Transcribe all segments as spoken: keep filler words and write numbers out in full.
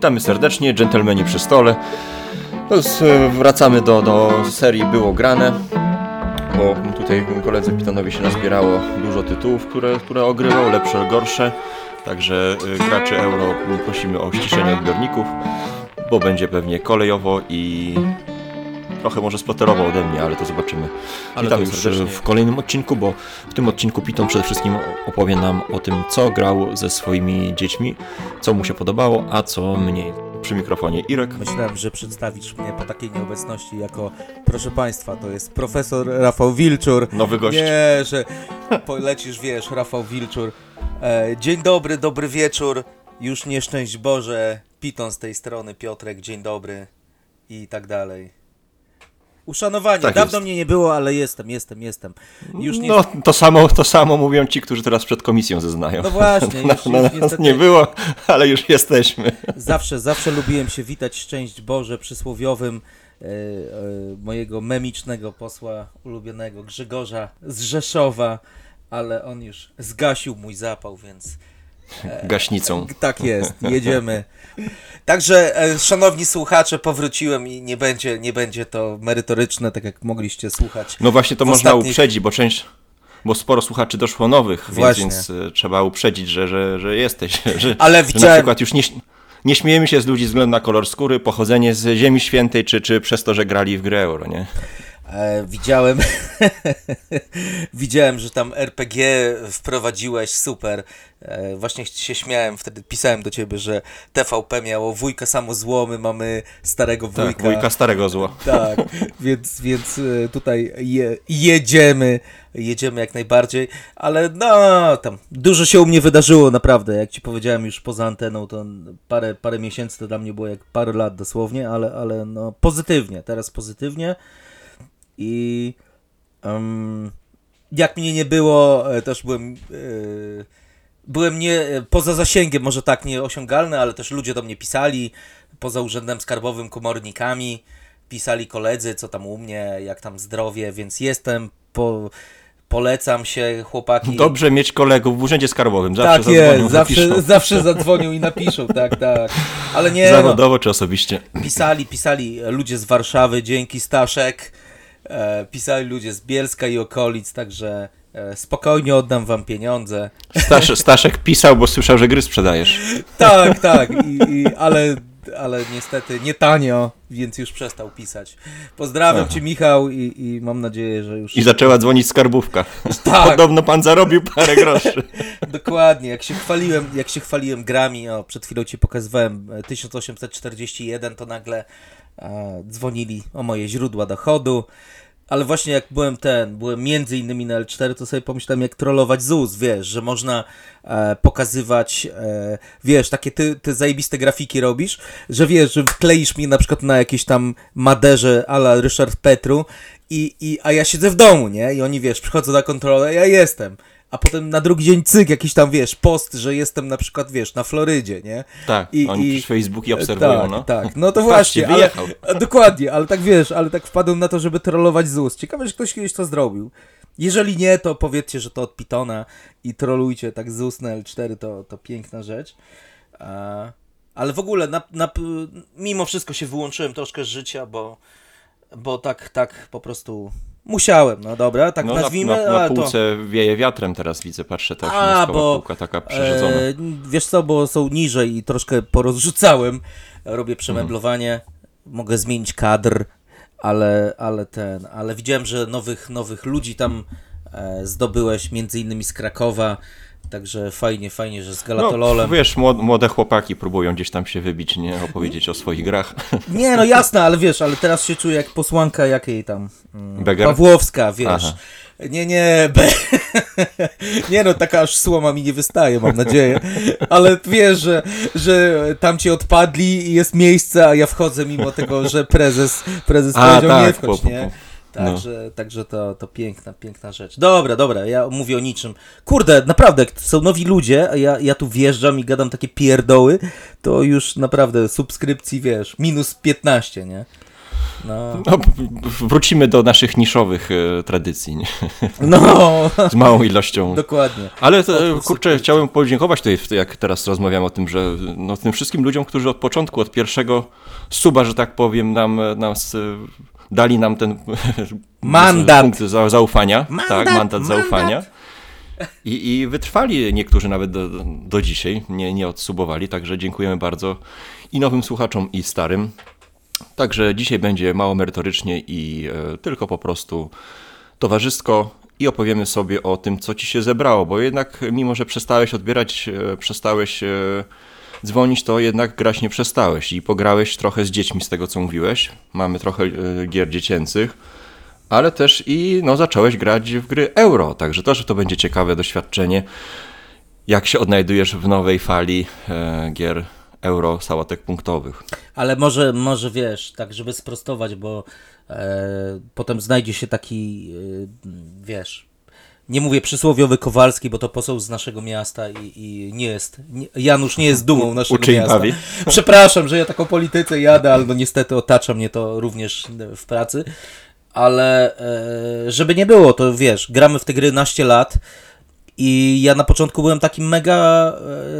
Witamy serdecznie, dżentelmeni przy stole. To jest, wracamy do, do serii Było Grane, bo tutaj koledze Pitanowi się nazbierało dużo tytułów, które, które ogrywał, lepsze, gorsze. Także graczy euro prosimy o ściszenie odbiorników, bo będzie pewnie kolejowo i trochę może sploterowo ode mnie, ale to zobaczymy. Ale Witamy już serdecznie w kolejnym odcinku, bo w tym odcinku Piton przede wszystkim opowie nam o tym, co grał ze swoimi dziećmi, co mu się podobało, a co mniej. Przy mikrofonie Irek. Myślałem, że przedstawisz mnie po takiej nieobecności jako, proszę Państwa, to jest profesor Rafał Wilczur. Nowy gość. Nie, że polecisz, wiesz, Rafał Wilczur. E, dzień dobry, dobry wieczór, już nie szczęść Boże, Piton z tej strony, Piotrek, dzień dobry i tak dalej. Uszanowanie, tak dawno jest. mnie nie było, ale jestem, jestem, jestem. Już nie... No to samo, to samo mówią ci, którzy teraz przed komisją zeznają. No właśnie, już, no, już no, niestety... nie było, ale już jesteśmy. Zawsze, zawsze lubiłem się witać, szczęść Boże, przysłowiowym e, e, mojego memicznego posła ulubionego Grzegorza z Rzeszowa, ale on już zgasił mój zapał, więc... E, Gaśnicą. Tak jest, jedziemy. Także, e, szanowni słuchacze, powróciłem i nie będzie, nie będzie to merytoryczne, tak jak mogliście słuchać. No właśnie to można ostatnich... uprzedzić, bo część... Bo sporo słuchaczy doszło nowych, więc, więc y, trzeba uprzedzić, że, że, że jesteś. Że, Ale widziałem... że na przykład już nie, nie śmiejemy się z ludzi ze względu na kolor skóry, pochodzenie z Ziemi Świętej, czy, czy przez to, że grali w grę euro, nie? E, widziałem, widziałem, że tam er pe gie wprowadziłeś, super. E, właśnie się śmiałem, wtedy pisałem do ciebie, że te vé pe miało wujka samozłomy, mamy starego wujka. Tak, wujka starego zła. Tak, więc, więc tutaj je, jedziemy, jedziemy jak najbardziej, ale no tam dużo się u mnie wydarzyło naprawdę, jak ci powiedziałem już poza anteną, to parę, parę miesięcy to dla mnie było jak parę lat dosłownie, ale, ale no pozytywnie, teraz pozytywnie. I um, jak mnie nie było, też byłem, yy, byłem nie, poza zasięgiem, może tak nieosiągalny, ale też ludzie do mnie pisali, poza urzędem skarbowym, komornikami, pisali koledzy, co tam u mnie, jak tam zdrowie, więc jestem, po, polecam się, chłopaki. Dobrze mieć kolegów w urzędzie skarbowym, zawsze tak zadzwonią, jest, zawsze, zawsze zadzwonią i napiszą, tak, tak. Ale nie, zawodowo no, czy osobiście. Pisali, pisali ludzie z Warszawy, dzięki Staszek. E, pisali ludzie z Bielska i okolic, także e, spokojnie oddam wam pieniądze. Stasz, Staszek pisał, bo słyszał, że gry sprzedajesz. Tak, tak, i, i, ale, ale niestety nie tanio, więc już przestał pisać. Pozdrawiam Aha. cię, Michał, i, i mam nadzieję, że już... I zaczęła dzwonić skarbówka. Tak. Podobno pan zarobił parę groszy. Dokładnie, jak się chwaliłem, jak się chwaliłem grami, o, przed chwilą ci pokazywałem tysiąc osiemset czterdzieści jeden, to nagle e, dzwonili o moje źródła dochodu. Ale właśnie jak byłem ten, byłem między innymi na el cztery, to sobie pomyślałem, jak trollować Z U S, wiesz, że można e, pokazywać, e, wiesz, takie ty, ty zajebiste grafiki robisz, że wiesz, że wkleisz mnie na przykład na jakieś tam Maderze a la Ryszard Petru, i, i, a ja siedzę w domu, nie? I oni, wiesz, przychodzą na kontrolę, ja jestem. A potem na drugi dzień cyk, jakiś tam, wiesz, post, że jestem na przykład, wiesz, na Florydzie, nie? Tak, I, oni i, przez Facebooki obserwują, tak, no. Tak, no to właśnie, Patrzcie, ale, dokładnie, ale tak wiesz, ale tak wpadłem na to, żeby trollować Z U S. Ciekawe, że ktoś kiedyś to zrobił. Jeżeli nie, to powiedzcie, że to od Pitona i trolujcie tak Z U S na el cztery, to, to piękna rzecz. A, ale w ogóle, na, na, mimo wszystko się wyłączyłem troszkę z życia, bo, bo tak, tak po prostu... Musiałem, no dobra, tak no, nazwijmy. Na, na, na to... półce wieje wiatrem teraz widzę, patrzę też, A, bo półka taka przerzucona. E, wiesz co, bo są niżej i troszkę porozrzucałem, robię przemeblowanie, mhm. mogę zmienić kadr, ale, ale ten, ale widziałem, że nowych, nowych ludzi tam e, zdobyłeś, między innymi z Krakowa, także fajnie, fajnie, że z Galatololem. No, wiesz, młode chłopaki próbują gdzieś tam się wybić, nie, opowiedzieć o swoich grach. Nie, no jasne, ale wiesz, ale teraz się czuję jak posłanka jakiej tam, mm, Beger? Pawłowska, wiesz. Aha. Nie, nie, be... nie no, taka aż słoma mi nie wystaje, mam nadzieję, ale wiesz, że, że tam ci odpadli i jest miejsce, a ja wchodzę mimo tego, że prezes, prezes a, powiedział tak, nie wchodź, po, po, nie? po. Także, no. także to, to piękna, piękna rzecz. Dobra, dobra, ja mówię o niczym. Kurde, naprawdę, jak są nowi ludzie, a ja, ja tu wjeżdżam i gadam takie pierdoły, to już naprawdę subskrypcji, wiesz, minus piętnaście, nie? No, No, wrócimy do naszych niszowych e, tradycji, nie? no. Z małą ilością. Dokładnie. Ale to, kurczę, chciałem podziękować tutaj, jak teraz rozmawiamy o tym, że no, tym wszystkim ludziom, którzy od początku, od pierwszego suba, że tak powiem, nam, nas, e, dali nam ten Mandat. punkt za, zaufania. Mandat, tak, mandat, mandat. zaufania. I, I wytrwali niektórzy nawet do, do dzisiaj, nie, nie odsubowali, także dziękujemy bardzo i nowym słuchaczom, i starym. Także dzisiaj będzie mało merytorycznie i e, tylko po prostu towarzysko i opowiemy sobie o tym, co ci się zebrało, bo jednak mimo, że przestałeś odbierać, e, przestałeś e, dzwonić, to jednak grać nie przestałeś i pograłeś trochę z dziećmi z tego, co mówiłeś. Mamy trochę e, gier dziecięcych, ale też i no, zacząłeś grać w gry euro, także też to będzie ciekawe doświadczenie, jak się odnajdujesz w nowej fali e, gier euro sałatek punktowych. Ale może, może wiesz, tak żeby sprostować, bo e, potem znajdzie się taki, e, wiesz, nie mówię przysłowiowy Kowalski, bo to poseł z naszego miasta i, i nie jest, nie, Janusz nie jest dumą naszego Uczy miasta. bawi. Przepraszam, że ja taką polityce jadę, ale no niestety otacza mnie to również w pracy, ale e, żeby nie było, to wiesz, gramy w te gry naście lat. I ja na początku byłem takim mega e,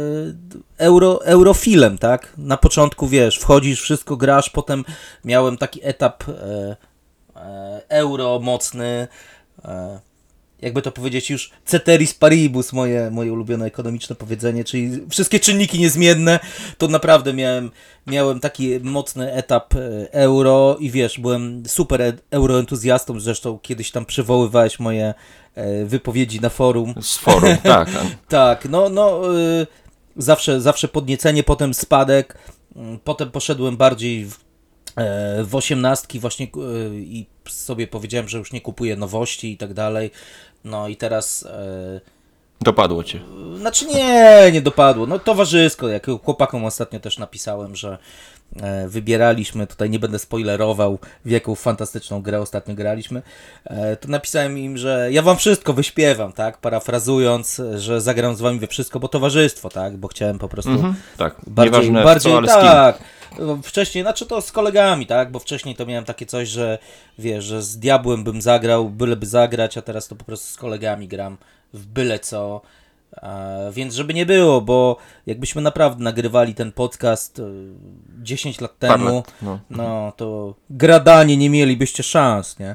euro, eurofilem, tak? Na początku, wiesz, wchodzisz, wszystko grasz, potem miałem taki etap e, e, euro mocny, e, jakby to powiedzieć już ceteris paribus, moje, moje ulubione ekonomiczne powiedzenie, czyli wszystkie czynniki niezmienne, to naprawdę miałem, miałem taki mocny etap e, euro i wiesz, byłem super e- euroentuzjastą, zresztą kiedyś tam przywoływałeś moje e, wypowiedzi na forum. Z forum, tak. Tak, no, no y, zawsze, zawsze podniecenie, potem spadek, y, potem poszedłem bardziej w, e, w osiemnastki właśnie y, i sobie powiedziałem, że już nie kupuję nowości i tak dalej, no i teraz... E, Dopadło cię. znaczy nie, nie dopadło, no towarzysko, jak chłopakom ostatnio też napisałem, że e, wybieraliśmy, tutaj nie będę spoilerował, w jaką fantastyczną grę ostatnio graliśmy, e, to napisałem im, że ja wam wszystko wyśpiewam, tak, parafrazując, że zagram z wami we wszystko, bo towarzystwo, tak, bo chciałem po prostu Mhm, tak, bardziej, nieważne bardziej w co, ale z kim. tak, wcześniej, znaczy to z kolegami, tak, bo wcześniej to miałem takie coś, że wiesz, że z diabłem bym zagrał, byleby zagrać, a teraz to po prostu z kolegami gram w byle co. E, więc żeby nie było, bo jakbyśmy naprawdę nagrywali ten podcast e, dziesięć lat temu, lat, no. no to gradanie nie mielibyście szans, nie?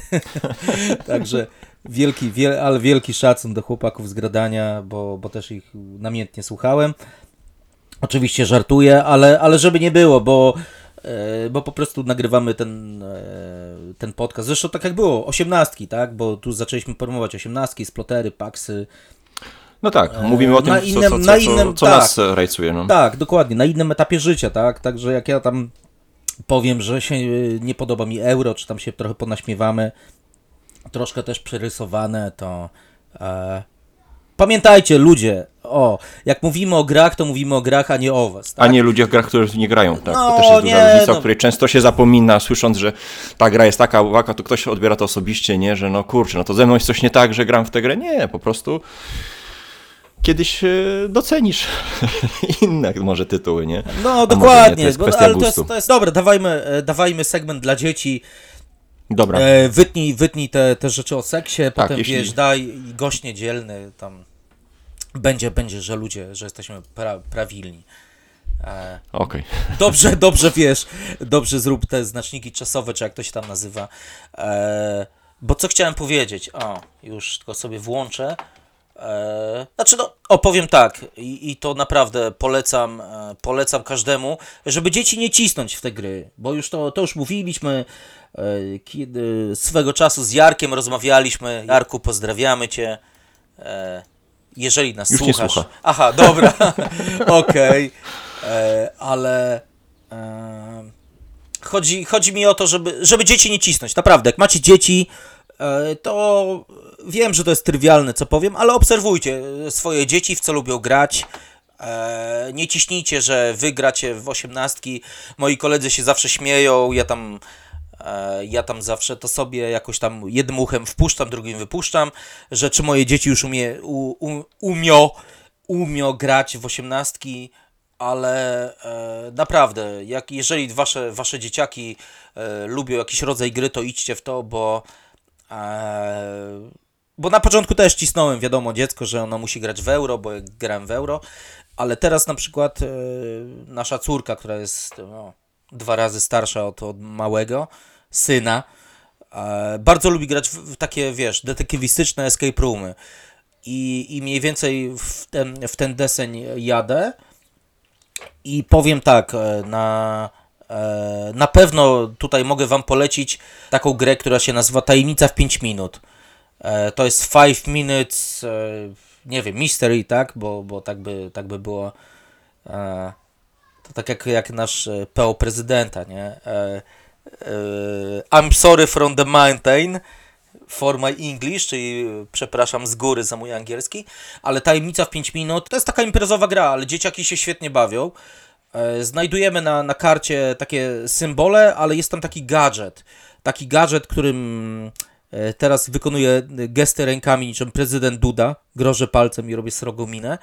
Także wielki, wiel, ale wielki szacun do chłopaków z gradania, bo, bo też ich namiętnie słuchałem. Oczywiście żartuję, ale, ale żeby nie było, bo e, bo po prostu nagrywamy ten, e, ten podcast. Zresztą tak jak było, osiemnastki, tak? Bo tu zaczęliśmy promować osiemnastki, splotery, paksy. No tak, mówimy o tym, na co, innym- co, co, na innym- co, co tak. nas rajcuje. No. Tak, dokładnie, na innym etapie życia, tak? Także jak ja tam powiem, że się e, nie podoba mi euro, czy tam się trochę ponaśmiewamy, troszkę też przerysowane, to e, pamiętajcie ludzie, o, jak mówimy o grach, to mówimy o grach, a nie o was, tak? A nie ludzie w grach, które nie grają. Tak? No, to też jest duża nie, różnica, no. o której często się zapomina, słysząc, że ta gra jest taka, łaka, to ktoś odbiera to osobiście, nie, że no kurczę, no to ze mną jest coś nie tak, że gram w tę grę. Nie, po prostu kiedyś e, docenisz inne może tytuły, nie? No, A może dokładnie, nie, to jest bo- kwestia ale to jest, gustu. to jest dobre, dawajmy, e, dawajmy segment dla dzieci, Dobra, e, wytnij, wytnij te, te rzeczy o seksie, potem jeśli- wiesz, daj gość niedzielny, tam będzie, będzie, że ludzie, że jesteśmy pra, prawilni. E, okej. Dobrze, dobrze wiesz, dobrze zrób te znaczniki czasowe, czy jak to się tam nazywa. E, bo co chciałem powiedzieć? O, już tylko sobie włączę. E, znaczy, no, opowiem tak, i, i to naprawdę polecam, e, polecam każdemu, żeby dzieci nie cisnąć w te gry, bo już to, to już mówiliśmy, e, kiedy swego czasu z Jarkiem rozmawialiśmy. Jarku, pozdrawiamy cię. E, jeżeli nas Już nie słuchasz. słucha. Aha, dobra, okej. E, ale e, chodzi, chodzi mi o to, żeby, żeby dzieci nie cisnąć. Naprawdę, jak macie dzieci, e, to wiem, że to jest trywialne, co powiem, ale obserwujcie swoje dzieci, w co lubią grać. E, nie ciśnijcie, że wy gracie w osiemnastki. Moi koledzy się zawsze śmieją, ja tam e, ja tam zawsze to sobie jakoś tam jednym uchem wpuszczam, drugim wypuszczam, że czy moje dzieci już umie, u, u, umio, umio grać w osiemnastki. ale e, naprawdę, jak, jeżeli wasze, wasze dzieciaki e, lubią jakiś rodzaj gry, to idźcie w to, bo e, bo na początku też cisnąłem, wiadomo, dziecko, że ono musi grać w euro, bo ja grałem w euro, ale teraz na przykład e, nasza córka, która jest no, dwa razy starsza od, od małego syna, e, bardzo lubi grać w, w takie, wiesz, detektywistyczne escape roomy i, i mniej więcej w ten, w ten deseń jadę. I powiem tak, e, na, e, na pewno tutaj mogę wam polecić taką grę, która się nazywa Tajemnica w pięć minut. E, to jest five minutes, e, nie wiem, mystery, tak? Bo, bo tak, by, tak by było. E, to tak jak, jak nasz e, P O prezydenta, nie? E, e, I'm sorry from the mountain for my English, czyli przepraszam z góry za mój angielski, ale Tajemnica w pięć minut to jest taka imprezowa gra, ale dzieciaki się świetnie bawią. E, znajdujemy na, na karcie takie symbole, ale jest tam taki gadżet. Taki gadżet, którym e, teraz wykonuję gesty rękami niczym prezydent Duda. Grożę palcem i robię srogą minę.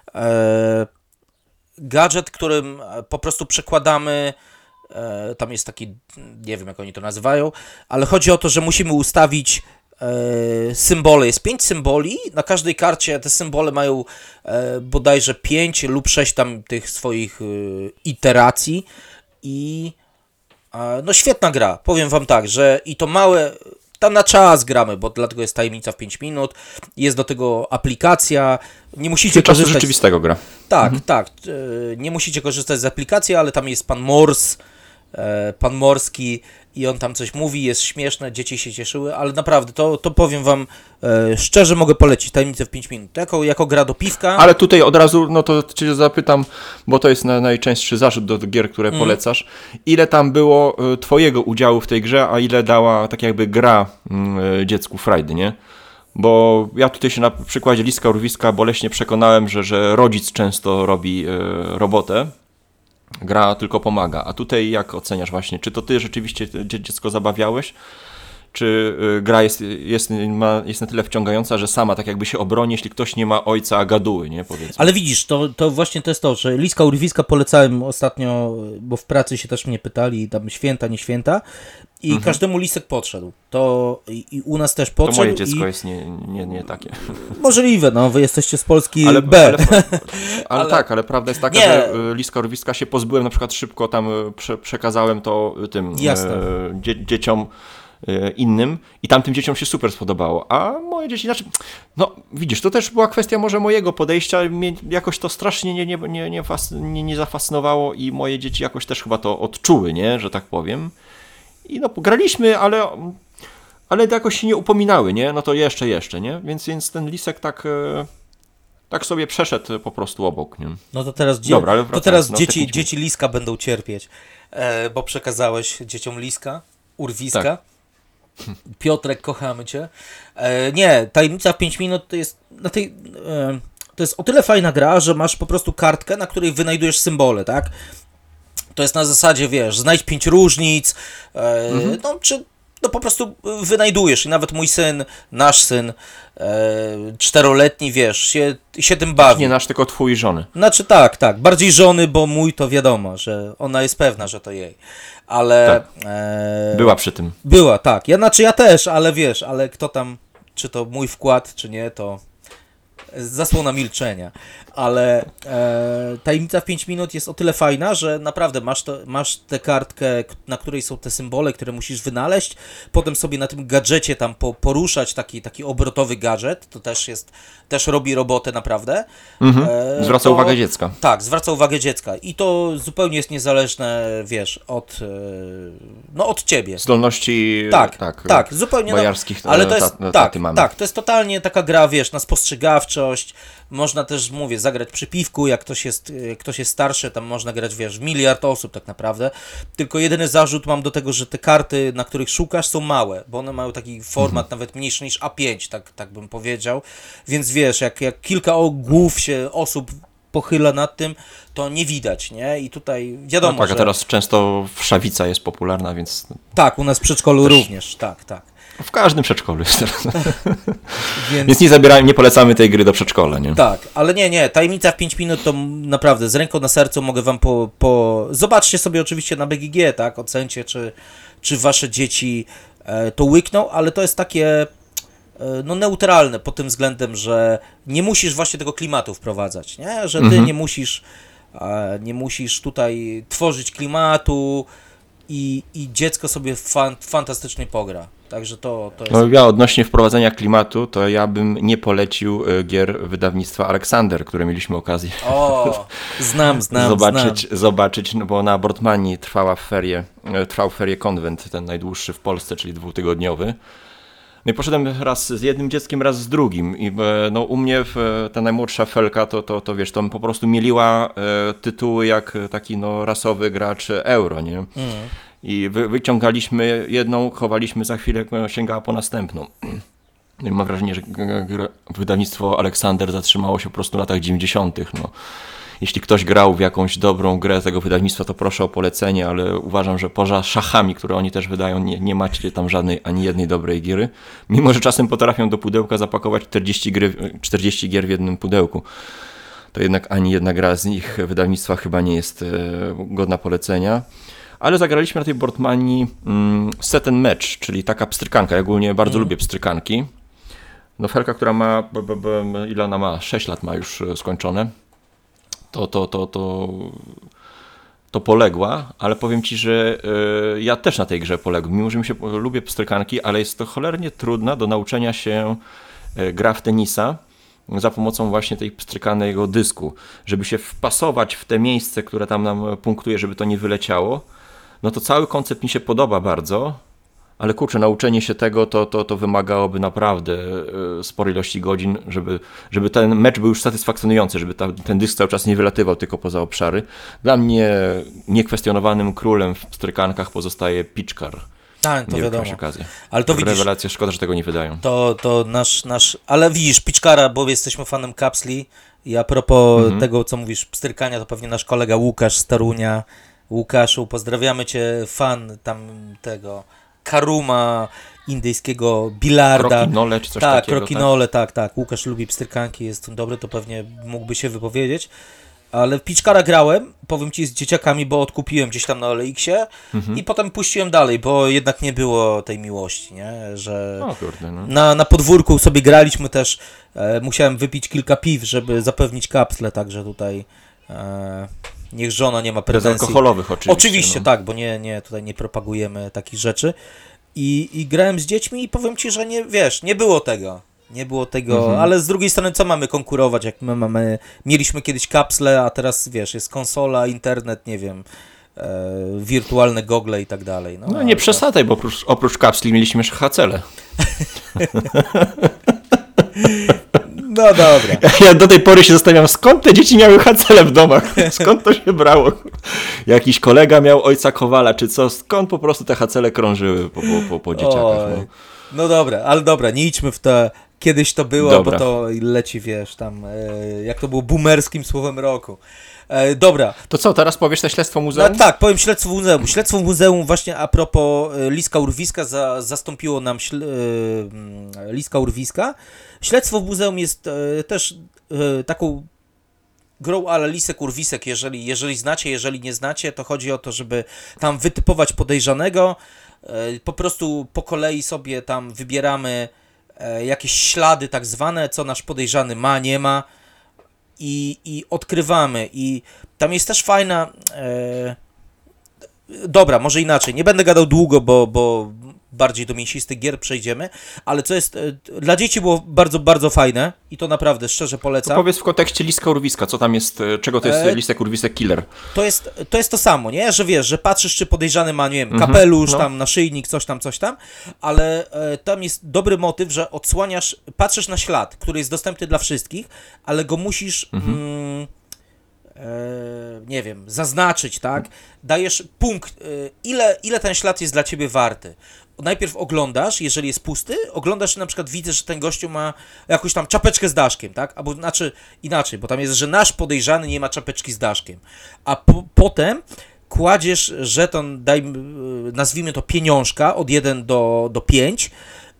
E, gadżet, którym po prostu przekładamy. E, tam jest taki, nie wiem jak oni to nazywają, ale chodzi o to, że musimy ustawić e, symbole. Jest pięć symboli, na każdej karcie te symbole mają e, bodajże pięć lub sześć tam tych swoich e, iteracji i e, no świetna gra, powiem wam tak, że i to małe, tam na czas gramy, bo dlatego jest Tajemnica w pięć minut, jest do tego aplikacja, nie musicie Czasu korzystać... rzeczywistego gra. Tak, Mhm. tak. e, Nie musicie korzystać z aplikacji, ale tam jest pan Mors, e, pan Morski i on tam coś mówi, jest śmieszne, dzieci się cieszyły, ale naprawdę, to, to powiem wam, e, szczerze mogę polecić Tajemnicę w pięć minut. Jako, jako gra do piwka. Ale tutaj od razu, no to cię zapytam, bo to jest na, najczęstszy zarzut do gier, które Mm. polecasz. Ile tam było y, twojego udziału w tej grze, a ile dała tak jakby gra y, dziecku frajdy, nie? Bo ja tutaj się na przykładzie Liska Urwiska boleśnie przekonałem, że, że rodzic często robi y, robotę, gra tylko pomaga. A tutaj jak oceniasz właśnie, czy to ty rzeczywiście dzie- dziecko zabawiałeś? Czy y, gra jest, jest, ma, jest na tyle wciągająca, że sama tak jakby się obroni, jeśli ktoś nie ma ojca, a gaduły, nie? Powiedzmy. Ale widzisz, to, to właśnie to jest to, że Liska Urwiska polecałem ostatnio, bo w pracy się też mnie pytali, tam święta, nie święta, i Mhm. każdemu Lisek podszedł. To i, i u nas też To podszedł. moje dziecko i... jest nie, nie, nie takie. Możliwe, no, wy jesteście z Polski Ale, B. ale, ale, Ale- tak, ale prawda jest taka, Nie. że y, Liska Urwiska się pozbyłem na przykład szybko, tam y, prze, przekazałem to y, tym Jasne. e, dzie, dzieciom y, innym i tamtym dzieciom się super spodobało, a moje dzieci, znaczy, no widzisz, to też była kwestia może mojego podejścia, mnie jakoś to strasznie nie, nie, nie, nie, fas, nie, nie zafascynowało i moje dzieci jakoś też chyba to odczuły, nie, że tak powiem. I no, graliśmy, ale, ale jakoś się nie upominały, nie? No to jeszcze, jeszcze, nie? Więc, więc ten lisek tak, e, tak sobie przeszedł po prostu obok, nie? No to teraz, dzie- Dobra, ale to wracając, teraz no, dzieci, technicznie. dzieci Liska będą cierpieć, e, bo przekazałeś dzieciom Liska, Urwiska. Tak. Piotrek, kochamy cię. E, nie, Tajemnica w pięć minut to jest na tej, e, to jest o tyle fajna gra, że masz po prostu kartkę, na której wynajdujesz symbole, tak? To jest na zasadzie, wiesz, znajdź pięć różnic, e, Mhm. no czy no po prostu wynajdujesz i nawet mój syn, nasz syn, e, czteroletni, wiesz, się, się tym bawi. Nie nasz, tylko twój żony. Znaczy tak, tak, bardziej żony, bo mój to wiadomo, że ona jest pewna, że to jej, ale... Tak. E, Była przy tym. Była, tak, ja, znaczy ja też, ale wiesz, ale kto tam, czy to mój wkład, czy nie, to zasłona milczenia, ale e, Tajemnica w pięć minut jest o tyle fajna, że naprawdę masz, to, masz tę kartkę, k- na której są te symbole, które musisz wynaleźć, potem sobie na tym gadżecie tam po, poruszać, taki, taki obrotowy gadżet, to też jest, też robi robotę naprawdę. Mhm. E, Zwraca to- uwagę dziecka. Tak, zwraca uwagę dziecka i to zupełnie jest niezależne, wiesz, od, e, no od ciebie. Zdolności Tak, tak, tak, zupełnie. no, bojarskich, ale to ta- jest, ta- tak, taty mamy. tak, to jest totalnie taka gra, wiesz, na spostrzegawczość. Można też, mówię, zagrać przy piwku, jak ktoś jest, jak ktoś jest starszy, tam można grać, wiesz, w miliard osób tak naprawdę. Tylko jedyny zarzut mam do tego, że te karty, na których szukasz, są małe, bo one mają taki format Mhm. nawet mniejszy niż A pięć, tak, tak bym powiedział. Więc wiesz, jak, jak kilka o- głów się osób pochyla nad tym, to nie widać, nie? I tutaj wiadomo, No tak, a że... teraz często wszawica jest popularna, więc Tak, u nas w przedszkolu Też- również, tak, tak. W każdym przedszkolu jest teraz. Więc... Więc nie zabieramy, nie polecamy tej gry do przedszkola, nie? Tak, ale nie, nie, Tajemnica w pięć minut to naprawdę z ręką na sercu mogę wam po... po... Zobaczcie sobie oczywiście na B G G, tak, ocencie, czy, czy wasze dzieci e, to łykną, ale to jest takie e, no neutralne pod tym względem, że nie musisz właśnie tego klimatu wprowadzać, nie? Że ty Mhm. nie musisz e, nie musisz tutaj tworzyć klimatu i, i dziecko sobie fan, fantastycznie pogra. Także to, to jest... No ja odnośnie wprowadzenia klimatu, to ja bym nie polecił y, gier wydawnictwa Aleksander, które mieliśmy okazję O, znam, znam, zobaczyć, znam. zobaczyć, no bo na Bortmanii trwała w ferie, e, trwał ferie konwent, ten najdłuższy w Polsce, czyli dwutygodniowy. No i poszedłem raz z jednym dzieckiem, raz z drugim i e, no u mnie w, ta najmłodsza Felka, to, to, to wiesz, to po prostu mieliła e, tytuły jak taki no rasowy gracz euro, nie? Mm. I wy, wyciągaliśmy jedną, chowaliśmy za chwilę, sięgała po następną. No i mam wrażenie, że g- g- wydawnictwo Aleksander zatrzymało się po prostu w latach dziewięćdziesiątych. No. Jeśli ktoś grał w jakąś dobrą grę tego wydawnictwa, to proszę o polecenie, ale uważam, że poza szachami, które oni też wydają, nie, nie macie tam żadnej, ani jednej dobrej gry. Mimo że czasem potrafią do pudełka zapakować czterdzieści, gry, czterdzieści gier w jednym pudełku. To jednak ani jedna gra z nich wydawnictwa chyba nie jest e, godna polecenia. Ale zagraliśmy na tej Bortmanii mm, set and match, czyli taka pstrykanka. Ja ogólnie bardzo Mm. lubię pstrykanki. No Felka, która ma, b, b, b, ile ona ma? sześć lat ma już e, skończone. To, to, to, to, to poległa, ale powiem Ci, że e, ja też na tej grze poległem. Mimo, że mi się lubię pstrykanki, ale jest to cholernie trudna do nauczenia się e, gra w tenisa za pomocą właśnie tej pstrykanego dysku. Żeby się wpasować w te miejsce, które tam nam punktuje, żeby to nie wyleciało. No to cały koncept mi się podoba bardzo, ale kurczę, nauczenie się tego to, to, to wymagałoby naprawdę e, sporej ilości godzin, żeby, żeby ten mecz był już satysfakcjonujący, żeby ta, ten dysk cały czas nie wylatywał tylko poza obszary. Dla mnie niekwestionowanym królem w pstrykankach pozostaje Pitchcar. Tak, to Nie wiadomo. okazję. Ale to widzisz, Rewelacja, szkoda, że tego nie wydają. to, to nasz, nasz, ale widzisz, Piczkara, bo jesteśmy fanem kapsli i a propos Mhm. tego, co mówisz, pstrykania, to pewnie nasz kolega Łukasz z Torunia. Łukaszu, pozdrawiamy Cię, fan tam tego Karuma, indyjskiego bilarda. Krokinole czy coś tak, takiego. krokinole, tak, tak. Łukasz lubi pstrykanki, jest dobry, to pewnie mógłby się wypowiedzieć. Ale w Pitchcara grałem, powiem Ci, z dzieciakami, bo odkupiłem gdzieś tam na O L X-ie Mhm. i potem puściłem dalej, bo jednak nie było tej miłości, nie? Że O kurde, no. na, na podwórku sobie graliśmy też, e, musiałem wypić kilka piw, żeby zapewnić kapsle, także tutaj e, niech żona nie ma pretensji. Bezalkoholowych oczywiście. Oczywiście, no. tak, bo nie, nie, tutaj nie propagujemy takich rzeczy. I, I grałem z dziećmi i powiem Ci, że nie, wiesz, nie było tego. Nie było tego, Mhm. ale z drugiej strony co mamy konkurować, jak my mamy, mieliśmy kiedyś kapsle, a teraz, wiesz, jest konsola, internet, nie wiem, e, wirtualne gogle i tak dalej. No ale nie to- przesadzaj, bo oprócz, oprócz kapsli mieliśmy jeszcze hacele. No dobra. Ja do tej pory się zastanawiam, skąd te dzieci miały hacele w domach? Skąd to się brało? Jakiś kolega miał ojca Kowala, czy co? Skąd po prostu te hacele krążyły po, po, po, po dzieciakach? No. Oj. No dobra, ale dobra, nie idźmy w to, kiedyś to było, Dobra. bo to leci, wiesz, tam, e, jak to było boomerskim słowem roku. E, dobra, To co, teraz powiesz te śledztwo no, muzeum? tak, powiem śledztwo muzeum. Śledztwo muzeum właśnie a propos e, Liska Urwiska za, zastąpiło nam śl, e, mm, Liska Urwiska. Śledztwo w muzeum jest e, też e, taką grą ale Lisek Urwisek, jeżeli, jeżeli znacie, jeżeli nie znacie, to chodzi o to, żeby tam wytypować podejrzanego, e, po prostu po kolei sobie tam wybieramy e, jakieś ślady tak zwane, co nasz podejrzany ma, nie ma i, i odkrywamy i tam jest też fajna e, dobra, może inaczej, nie będę gadał długo, bo, bo bardziej do mięsistych gier przejdziemy, ale co jest, e, dla dzieci było bardzo, bardzo fajne i to naprawdę szczerze To polecam. powiedz w kontekście Liska Urwiska, co tam jest, e, czego to jest E, Lisek Urwisek Killer? To jest, to jest to samo, nie? Że wiesz, że patrzysz, czy podejrzany ma, nie wiem, Mhm, kapelusz, no. tam naszyjnik, coś tam, coś tam, ale e, tam jest dobry motyw, że odsłaniasz, patrzysz na ślad, który jest dostępny dla wszystkich, ale go musisz, mm, e, nie wiem, zaznaczyć, tak? Dajesz punkt, e, ile, ile ten ślad jest dla ciebie warty. Najpierw oglądasz, jeżeli jest pusty, oglądasz i na przykład widzę, że ten gościu ma jakąś tam czapeczkę z daszkiem, tak? Albo znaczy inaczej, bo tam jest, że nasz podejrzany nie ma czapeczki z daszkiem. A po, potem kładziesz żeton, daj, nazwijmy to pieniążka, od jeden do, do pięć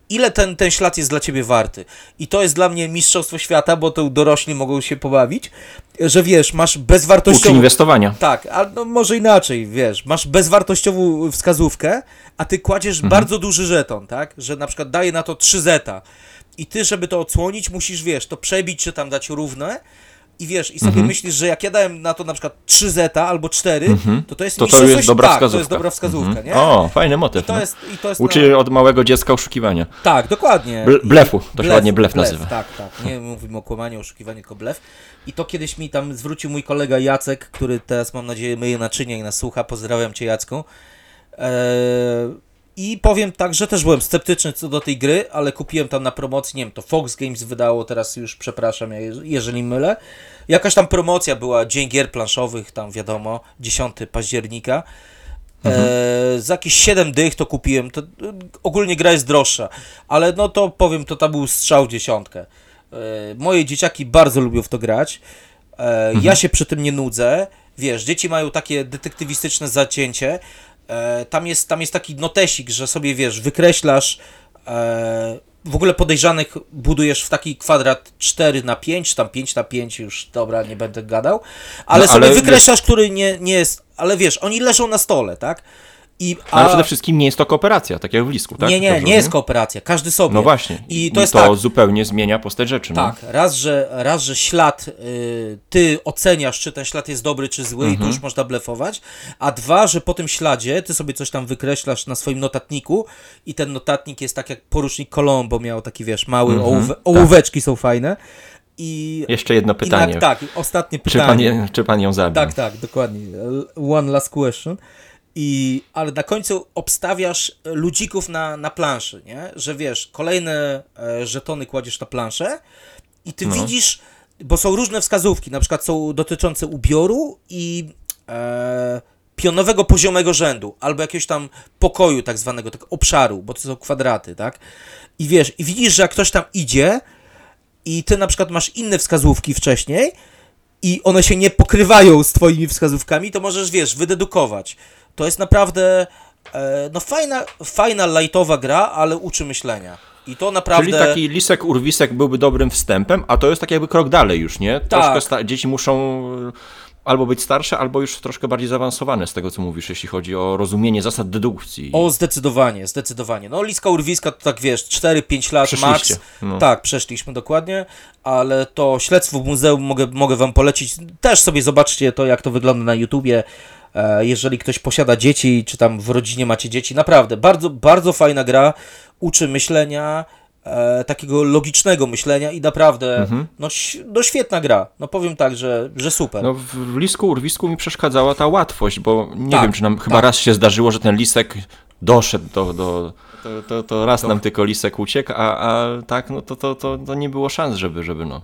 ile ten, ten ślad jest dla ciebie warty. I to jest dla mnie mistrzostwo świata, bo to dorośli mogą się pobawić, że wiesz, masz bezwartościową... Uczy inwestowania. Tak, a no może inaczej, wiesz, masz bezwartościową wskazówkę, a ty kładziesz Mhm. bardzo duży żeton, tak, że na przykład daje na to trzy zeta i ty, żeby to odsłonić, musisz, wiesz, to przebić, czy tam dać równe i wiesz, i sobie Mhm. myślisz, że jak ja dałem na to na przykład trzy zeta albo cztery, Mhm. to to jest To to mistrzostwo jest dobra tak, wskazówka. to jest dobra wskazówka, Mhm. nie? O, fajny motyw. I to no. jest, i to jest Uczy na... od małego dziecka oszukiwania. Tak, dokładnie. Ble- I- blefu, to się ładnie blef nazywa. Tak, tak. Nie mówimy o kłamaniu, oszukiwaniu, tylko blef. I to kiedyś mi tam zwrócił mój kolega Jacek, który teraz mam nadzieję myje naczynia i nas słucha. Pozdrawiam cię, Jacku. Eee, I powiem tak, że też byłem sceptyczny co do tej gry, ale kupiłem tam na promocji, nie wiem, to Fox Games wydało, teraz już przepraszam, ja je- jeżeli mylę. Jakaś tam promocja była, Dzień Gier Planszowych, tam wiadomo, dziesiątego października. Mhm. E, za jakieś siedem dych to kupiłem, to, e, ogólnie gra jest droższa, ale no to powiem, to tam był strzał w dziesiątkę. E, moje dzieciaki bardzo lubią w to grać, e, ja się przy tym nie nudzę, wiesz, dzieci mają takie detektywistyczne zacięcie, e, tam, jest, tam jest taki notesik, że sobie, wiesz, wykreślasz, e, w ogóle podejrzanych budujesz w taki kwadrat cztery na pięć, czy tam pięć na pięć, już dobra, nie będę gadał, ale No, sobie ale wykreślasz, który nie, nie jest, ale wiesz, oni leżą na stole, tak? I, No, ale przede wszystkim nie jest to kooperacja, tak jak w Lisku, tak? nie, nie, Dobrze nie jest rozumiem? kooperacja, każdy sobie. No właśnie. I to jest tak, zupełnie zmienia postać rzeczy. tak, raz, że, raz, że ślad, y, ty oceniasz, czy ten ślad jest dobry, czy zły, i tu już można blefować, a dwa, że po tym śladzie ty sobie coś tam wykreślasz na swoim notatniku i ten notatnik jest tak jak porucznik Colombo miał taki, wiesz, mały, Mhm, ołówek, tak. ołóweczki są fajne. I, Jeszcze jedno i pytanie. na, tak, ostatnie Czy pan, pytanie. je, czy pan ją zabił? Tak, tak, dokładnie. One last question. I, ale na końcu obstawiasz ludzików na, na planszy, nie? Że wiesz, kolejne e, żetony kładziesz na planszę i ty No. widzisz, bo są różne wskazówki, na przykład są dotyczące ubioru i e, pionowego poziomego rzędu, albo jakiegoś tam pokoju tak zwanego, tak obszaru, bo to są kwadraty, tak? I wiesz, i widzisz, że jak ktoś tam idzie i ty na przykład masz inne wskazówki wcześniej i one się nie pokrywają z twoimi wskazówkami, to możesz, wiesz, wydedukować. To jest naprawdę e, no fajna, fajna, lightowa gra, ale uczy myślenia. I to naprawdę... Czyli taki lisek, urwisek byłby dobrym wstępem, a to jest tak jakby krok dalej już, nie? Troszkę Tak. sta- dzieci muszą e, albo być starsze, albo już troszkę bardziej zaawansowane z tego, co mówisz, jeśli chodzi o rozumienie zasad dedukcji. O, zdecydowanie, zdecydowanie. No, Liska Urwiska to tak, wiesz, cztery pięć lat Przeszliście, max. no. Tak, przeszliśmy dokładnie, ale to śledztwo w muzeum mogę, mogę wam polecić. Też sobie zobaczcie to, jak to wygląda na YouTubie. E, Jeżeli ktoś posiada dzieci, czy tam w rodzinie macie dzieci, naprawdę, bardzo, bardzo fajna gra, uczy myślenia, e, takiego logicznego myślenia i naprawdę, Mhm. no, ś- no świetna gra. No powiem tak, że, że super. No w lisku, urwisku mi przeszkadzała ta łatwość, bo nie Tak, wiem, czy nam chyba tak. raz się zdarzyło, że ten lisek doszedł do... do to, to, to raz nam tylko lisek uciekł, a, a tak, no to, to, to, to nie było szans, żeby, żeby no...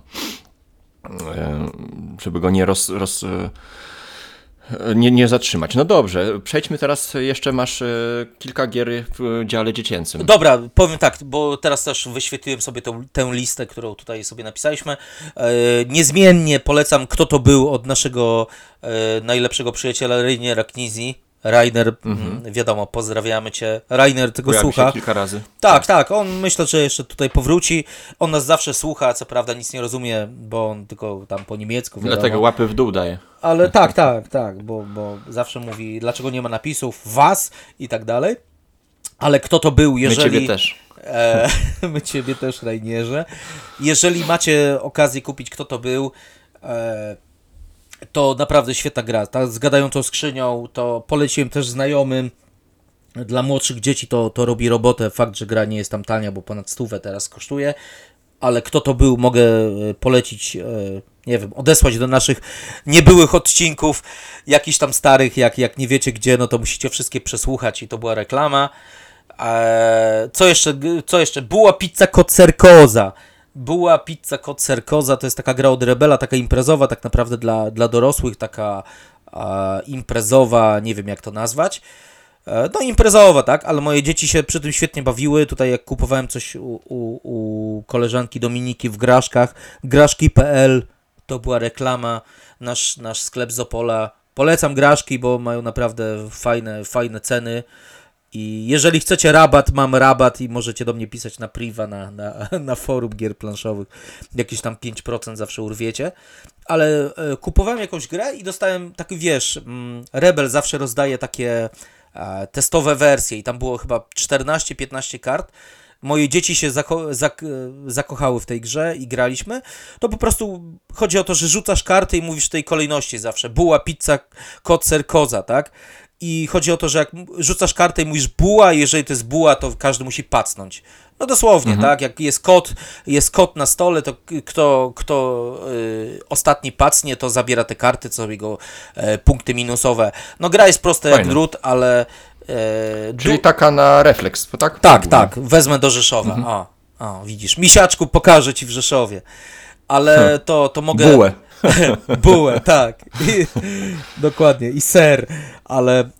e, żeby go nie roz... roz e, nie, nie zatrzymać. No dobrze, przejdźmy teraz, jeszcze masz e, kilka gier w dziale dziecięcym. Dobra, powiem tak, bo teraz też wyświetliłem sobie tą, tę listę, którą tutaj sobie napisaliśmy. E, niezmiennie polecam, kto to był od naszego e, najlepszego przyjaciela Rainiera Knizi. Rainer, mm, wiadomo, pozdrawiamy cię. Rainer tego Pojawi słucha. się kilka razy. Tak, tak, on myślę, że jeszcze tutaj powróci. On nas zawsze słucha, co prawda nic nie rozumie, bo on tylko tam po niemiecku, wiadomo. Dlatego łapy w dół daje. Ale tak, tak, tak, bo, bo zawsze mówi, dlaczego nie ma napisów, was i tak dalej. Ale kto to był, My jeżeli... ciebie też. E, my ciebie też, Rajnierze. Jeżeli macie okazję kupić, kto to był, e, to naprawdę świetna gra. Ta z gadającą skrzynią, to poleciłem też znajomym. Dla młodszych dzieci to, to robi robotę. Fakt, że gra nie jest tam tania, bo ponad stówę teraz kosztuje. Ale kto to był, mogę e, polecić, e, nie wiem, odesłać do naszych niebyłych odcinków, jakichś tam starych, jak, jak nie wiecie gdzie, no to musicie wszystkie przesłuchać i to była reklama. Eee, co jeszcze? Co jeszcze? Buła pizza Kocerkoza. Buła pizza Kocerkoza to jest taka gra od Rebela, taka imprezowa, tak naprawdę dla, dla dorosłych, taka e, imprezowa, nie wiem jak to nazwać. E, no imprezowa, tak, ale moje dzieci się przy tym świetnie bawiły. Tutaj jak kupowałem coś u, u, u koleżanki Dominiki w Graszkach, graszki kropka pe el, to była reklama, nasz, nasz sklep z Opola. Polecam Graszki, bo mają naprawdę fajne, fajne ceny. I jeżeli chcecie rabat, mam rabat i możecie do mnie pisać na priva, na, na, na forum gier planszowych. Jakieś tam pięć procent zawsze urwiecie. Ale e, kupowałem jakąś grę i dostałem taki, wiesz, mm, Rebel zawsze rozdaje takie e, testowe wersje i tam było chyba czternaście piętnaście kart. Moje dzieci się zako- zak- zakochały w tej grze i graliśmy. To po prostu chodzi o to, że rzucasz karty i mówisz w tej kolejności zawsze. Buła, pizza, kot, ser, koza, tak? I chodzi o to, że jak rzucasz kartę i mówisz buła, i jeżeli to jest buła, to każdy musi pacnąć. No dosłownie, mhm. tak? Jak jest kot, jest kot na stole, to kto, kto y, ostatni pacnie, to zabiera te karty, co jego y, punkty minusowe. No gra jest prosta jak drut, ale... E, Czyli du- taka na refleks, tak? Tak, tak, wezmę do Rzeszowa. Mhm. O, o, widzisz, misiaczku, pokażę ci w Rzeszowie. Ale hmm. to, to mogę... Bułę. Bułę, tak. I, dokładnie, i ser, ale e,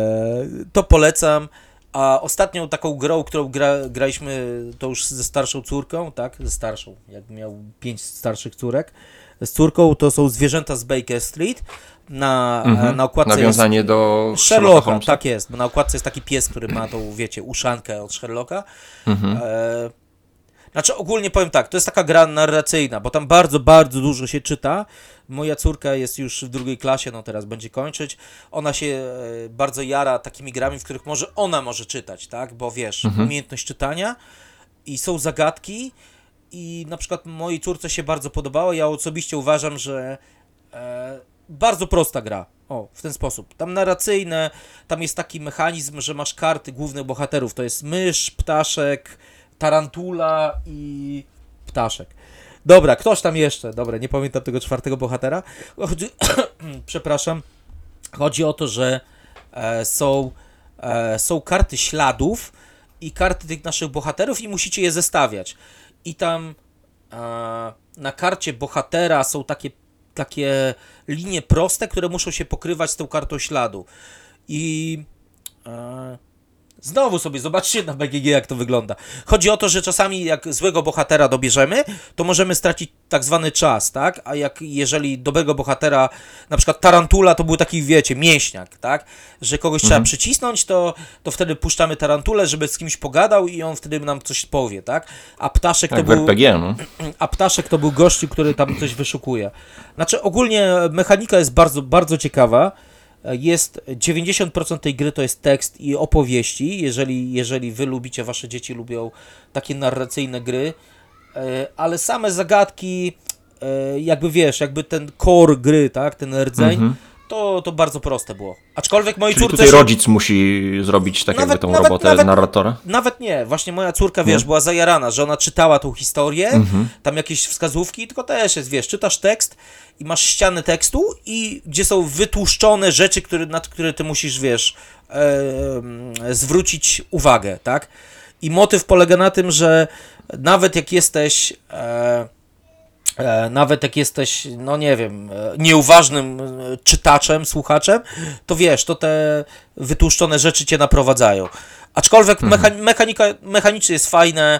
to polecam. A ostatnią taką grą, którą gra, graliśmy, to już ze starszą córką, tak, ze starszą, jak miał pięć starszych córek, z córką, to są Zwierzęta z Baker Street. Na, mhm. na okładce Nawiązanie jest do Sherlocka, Holmesa. tak jest, bo na okładce jest taki pies, który ma tą, wiecie, uszankę od Sherlocka. Mhm. E, znaczy ogólnie powiem tak, to jest taka gra narracyjna, bo tam bardzo, bardzo dużo się czyta. Moja córka jest już w drugiej klasie, no teraz będzie kończyć. Ona się e, bardzo jara takimi grami, w których może ona może czytać, tak, bo wiesz, mhm. umiejętność czytania i są zagadki i na przykład mojej córce się bardzo podobało. Ja osobiście uważam, że e, bardzo prosta gra. O, w ten sposób. Tam narracyjne, tam jest taki mechanizm, że masz karty głównych bohaterów. To jest mysz, ptaszek, tarantula i ptaszek. Dobra, ktoś tam jeszcze. Dobra, nie pamiętam tego czwartego bohatera. Chodzi... Przepraszam. Chodzi o to, że e, są, e, są karty śladów i karty tych naszych bohaterów i musicie je zestawiać. I tam e, na karcie bohatera są takie takie linie proste, które muszą się pokrywać z tą kartą śladu. I e, znowu sobie zobaczcie na B G G, jak to wygląda. Chodzi o to, że czasami jak złego bohatera dobierzemy, to możemy stracić tak zwany czas, tak? A jak jeżeli dobrego bohatera, na przykład tarantula, to był taki, wiecie, mięśniak, tak? Że kogoś mhm. trzeba przycisnąć, to, to wtedy puszczamy tarantulę, żeby z kimś pogadał i on wtedy nam coś powie, tak? A ptaszek tak, to był... R P G, no. A ptaszek to był gościu, który tam coś wyszukuje. Znaczy ogólnie mechanika jest bardzo, bardzo ciekawa. Jest dziewięćdziesiąt procent tej gry to jest tekst i opowieści, jeżeli, jeżeli wy lubicie, wasze dzieci lubią takie narracyjne gry, ale same zagadki, jakby wiesz, jakby ten core gry, tak, ten rdzeń, mhm. to, to bardzo proste było. Aczkolwiek mojej Czyli córce... tutaj rodzic musi zrobić tak nawet, jakby tą nawet, robotę nawet, narratora? Nawet nie, właśnie moja córka, wiesz, nie? była zajarana, że ona czytała tą historię, mhm. tam jakieś wskazówki, tylko też jest, wiesz, czytasz tekst i masz ścianę tekstu i gdzie są wytłuszczone rzeczy, które, nad które ty musisz, wiesz, e, zwrócić uwagę, tak? I motyw polega na tym, że nawet jak jesteś... E, E, nawet jak jesteś, no nie wiem, e, nieuważnym e, czytaczem, słuchaczem, to wiesz, to te wytłuszczone rzeczy cię naprowadzają. Aczkolwiek mhm. mecha- mechanika, mechanicznie jest fajne.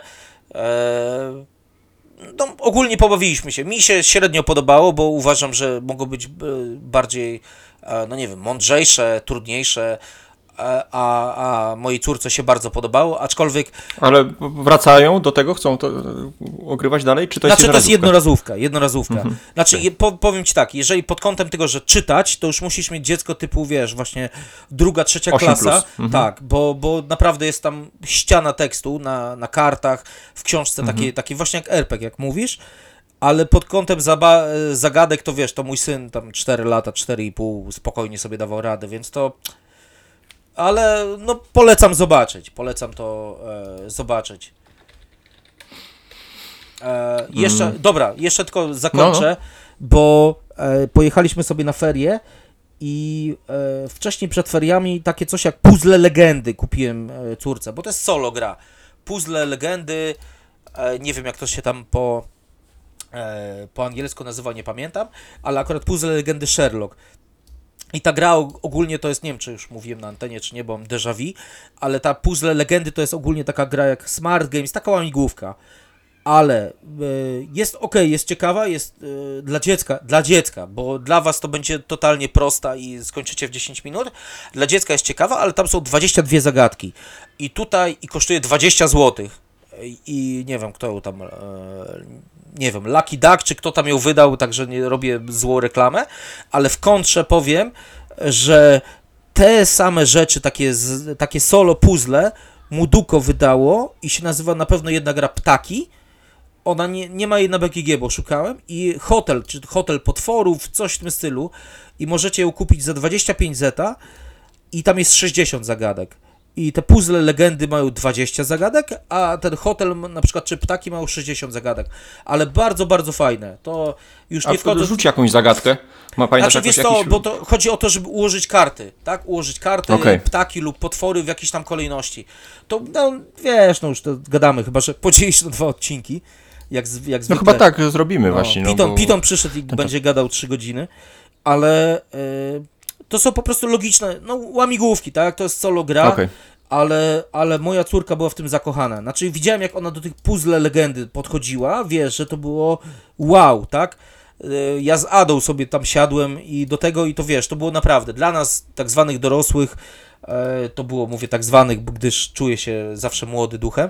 E, no, ogólnie pobawiliśmy się. Mi się średnio podobało, bo uważam, że mogą być e, bardziej, e, no nie wiem, mądrzejsze, trudniejsze. A, a mojej córce się bardzo podobało, aczkolwiek... Ale wracają do tego, chcą to ogrywać dalej, czy to jest Znaczy to jest jednorazówka, jednorazówka. Mhm. Znaczy je, po, powiem ci tak, jeżeli pod kątem tego, że czytać, to już musisz mieć dziecko typu, wiesz, właśnie druga, trzecia klasa, mhm. tak, bo, bo naprawdę jest tam ściana tekstu na, na kartach, w książce mhm. takiej, takiej właśnie jak R P G, jak mówisz, ale pod kątem zaba- zagadek, to wiesz, to mój syn tam cztery lata, cztery i pół spokojnie sobie dawał radę, więc to... Ale no polecam zobaczyć, polecam to e, zobaczyć. E, jeszcze, mm. dobra, jeszcze tylko zakończę, no, no. bo e, pojechaliśmy sobie na ferie i e, wcześniej przed feriami takie coś jak Puzzle Legendy kupiłem e, córce, bo to jest solo gra. Puzzle Legendy, e, nie wiem jak to się tam po, e, po angielsku nazywa, nie pamiętam, ale akurat Puzzle Legendy Sherlock. I ta gra ogólnie to jest, nie wiem czy już mówiłem na antenie, czy nie, bo mam déjà vu, ale ta Puzzle Legendy to jest ogólnie taka gra jak Smart Games, taka łamigłówka. ale e, jest ok, jest ciekawa, jest e, dla dziecka, dla dziecka, bo dla was to będzie totalnie prosta i skończycie w dziesięć minut. Dla dziecka jest ciekawa, ale tam są dwadzieścia dwie zagadki i tutaj i kosztuje dwadzieścia złotych. I, i nie wiem, kto ją tam, e, nie wiem, Lucky Duck, czy kto tam ją wydał, także nie robię złą reklamę, ale w kontrze powiem, że te same rzeczy, takie, z, takie solo puzzle Muduko wydało i się nazywa na pewno jedna gra Ptaki. Ona nie, nie ma jej na B G G, bo szukałem. I Hotel, czy Hotel Potworów, coś w tym stylu. I możecie ją kupić za dwadzieścia pięć zeta i tam jest sześćdziesiąt zagadek. I te puzzle legendy mają dwadzieścia zagadek, a ten hotel na przykład, czy ptaki mają sześćdziesiąt zagadek. Ale bardzo, bardzo fajne. To już A nie wchodzę... rzuć jakąś zagadkę. Ma pamiętasz Znaczy, jakoś, wiesz to, jakiś... bo to chodzi o to, żeby ułożyć karty, tak? Ułożyć karty, Okej. ptaki lub potwory w jakiejś tam kolejności. To, no, wiesz, no już to gadamy, chyba że podzielisz na dwa odcinki, jak, z- jak No zwykle. chyba tak zrobimy No, właśnie. No, Piton, bo... Piton przyszedł i będzie gadał trzy godziny, ale y, to są po prostu logiczne, no łamigłówki, tak? To jest solo gra. Okej. Ale, ale moja córka była w tym zakochana. Znaczy widziałem, jak ona do tych puzzle legendy podchodziła, wiesz, że to było wow, tak? Y, Ja z Adą sobie tam siadłem i do tego, i to wiesz, to było naprawdę, dla nas tak zwanych dorosłych, e, to było, mówię tak zwanych, bo gdyż czuję się zawsze młody duchem,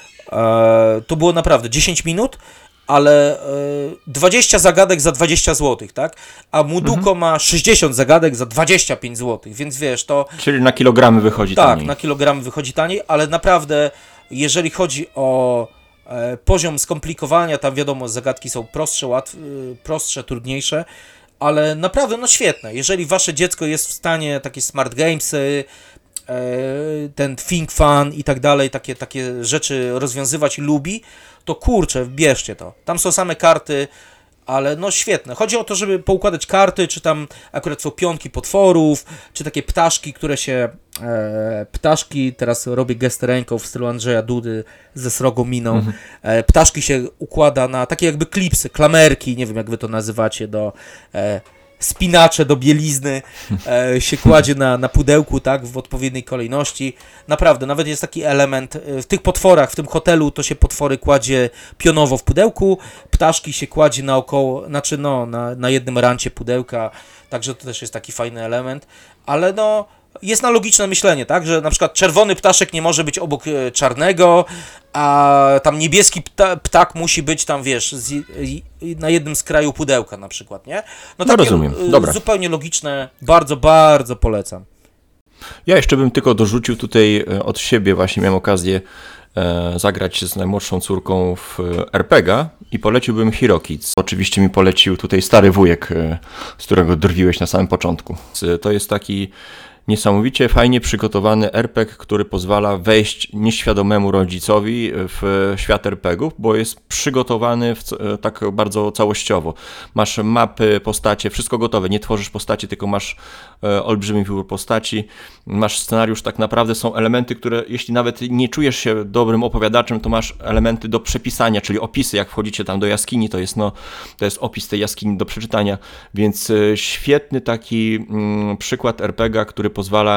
e, to było naprawdę dziesięć minut, ale e, dwadzieścia zagadek za dwadzieścia złotych, tak? A Muduko ma sześćdziesiąt zagadek za dwadzieścia pięć złotych, więc wiesz, to... Czyli na kilogramy wychodzi Tak, taniej. na kilogramy wychodzi taniej, ale naprawdę, jeżeli chodzi o e, poziom skomplikowania, tam wiadomo, zagadki są prostsze, łatw, y, prostsze, trudniejsze, ale naprawdę, no świetne. Jeżeli wasze dziecko jest w stanie takie smart gamesy, e, ten think fun i tak dalej, takie, takie rzeczy rozwiązywać i lubi, to kurczę, bierzcie to. Tam są same karty, ale no świetne. Chodzi o to, żeby poukładać karty, czy tam akurat są pionki potworów, czy takie ptaszki, które się... E, ptaszki, teraz robię gest ręką w stylu Andrzeja Dudy ze srogą miną. Mhm. E, ptaszki się układa na takie jakby klipsy, klamerki, nie wiem jak wy to nazywacie, do... E, spinacze do bielizny e, się kładzie na, na pudełku, tak, w odpowiedniej kolejności. Naprawdę, nawet jest taki element, e, w tych potworach, w tym hotelu to się potwory kładzie pionowo w pudełku, ptaszki się kładzie naokoło, znaczy no, na, na jednym rancie pudełka, także to też jest taki fajny element, ale no, jest na logiczne myślenie, tak, że na przykład czerwony ptaszek nie może być obok e, czarnego, a tam niebieski pta, ptak musi być tam, wiesz, z, i, i na jednym z kraju pudełka na przykład, nie? No, takie, rozumiem. e, Dobra. Zupełnie logiczne, bardzo, bardzo polecam. Ja jeszcze bym tylko dorzucił tutaj e, od siebie, właśnie miałem okazję e, zagrać z najmłodszą córką w e, er pe gie a i poleciłbym Hero Kids. Oczywiście mi polecił tutaj stary wujek, e, z którego drwiłeś na samym początku. E, To jest taki niesamowicie fajnie przygotowany er pe gie, który pozwala wejść nieświadomemu rodzicowi w świat er pe gie ów, bo jest przygotowany w, c- tak bardzo całościowo. Masz mapy, postacie, wszystko gotowe. Nie tworzysz postaci, tylko masz e, olbrzymi wybór postaci. Masz scenariusz, tak naprawdę są elementy, które jeśli nawet nie czujesz się dobrym opowiadaczem, to masz elementy do przepisania, czyli opisy. Jak wchodzicie tam do jaskini, to jest, no, to jest opis tej jaskini do przeczytania. Więc e, świetny taki mm, przykład er pe gie a, który pozwala